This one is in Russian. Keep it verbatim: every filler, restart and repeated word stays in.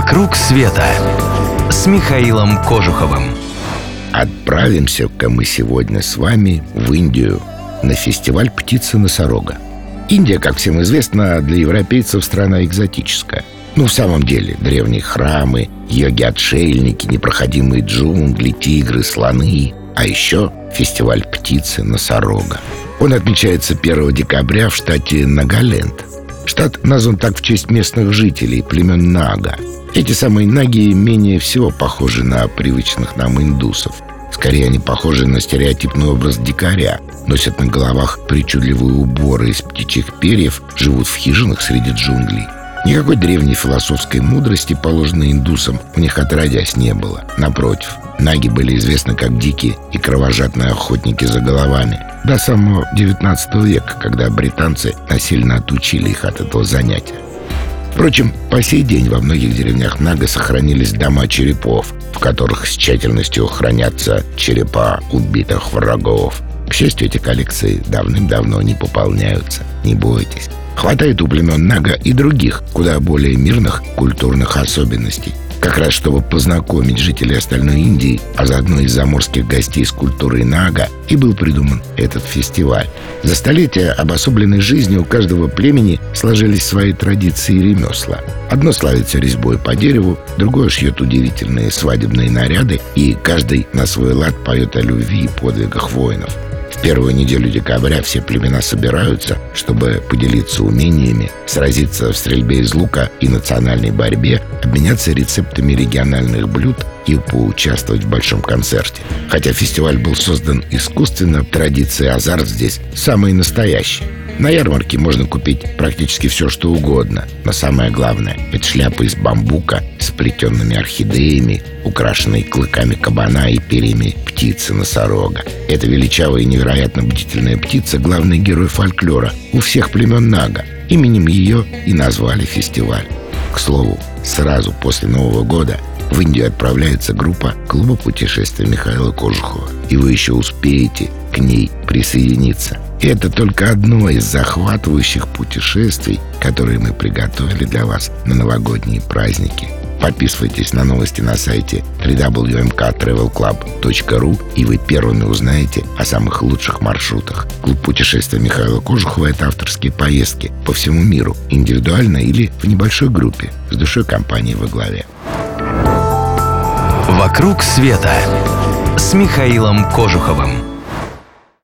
«Вокруг света» с Михаилом Кожуховым. Отправимся-ка мы сегодня с вами в Индию на фестиваль птицы-носорога. Индия, как всем известно, для европейцев страна экзотическая. Ну, в самом деле, древние храмы, йоги-отшельники, непроходимые джунгли, тигры, слоны. А еще фестиваль птицы-носорога. Он отмечается первого декабря в штате Нагаленд. Штат назван так в честь местных жителей, племен Нага. Эти самые наги менее всего похожи на привычных нам индусов. Скорее, они похожи на стереотипный образ дикаря. Носят на головах причудливые уборы из птичьих перьев, живут в хижинах среди джунглей. Никакой древней философской мудрости, положенной индусам, у них отродясь не было. Напротив, наги были известны как дикие и кровожадные охотники за головами до самого девятнадцатого века, когда британцы насильно отучили их от этого занятия. Впрочем, по сей день во многих деревнях Нага сохранились дома черепов, в которых с тщательностью хранятся черепа убитых врагов. К счастью, эти коллекции давным-давно не пополняются. Не бойтесь. Хватает у племен Нага и других, куда более мирных культурных особенностей. Как раз чтобы познакомить жителей остальной Индии, а заодно и заморских гостей с культурой Нага, и был придуман этот фестиваль. За столетия обособленной жизни у каждого племени сложились свои традиции и ремесла. Одно славится резьбой по дереву, другое шьет удивительные свадебные наряды, и каждый на свой лад поет о любви и подвигах воинов. В первую неделю декабря все племена собираются, чтобы поделиться умениями, сразиться в стрельбе из лука и национальной борьбе, обменяться рецептами региональных блюд и поучаствовать в большом концерте. Хотя фестиваль был создан искусственно, традиции и азарт здесь самые настоящие. На ярмарке можно купить практически все, что угодно. Но самое главное – это шляпы из бамбука с плетенными орхидеями, украшенные клыками кабана и перьями птицы-носорога. Эта величавая и невероятно бдительная птица – главный герой фольклора у всех племен Нага. Именем ее и назвали фестиваль. К слову, сразу после Нового года в Индию отправляется группа клуба путешествий Михаила Кожухова. И вы еще успеете к ней присоединиться. И это только одно из захватывающих путешествий, которые мы приготовили для вас на новогодние праздники. Подписывайтесь на новости на сайте дабл ю дабл ю дабл ю точка эм ка трэвел клаб точка ру, и вы первыми узнаете о самых лучших маршрутах. Клуб путешествия Михаила Кожухова – это авторские поездки по всему миру, индивидуально или в небольшой группе, с душой компании во главе. «Вокруг света» с Михаилом Кожуховым.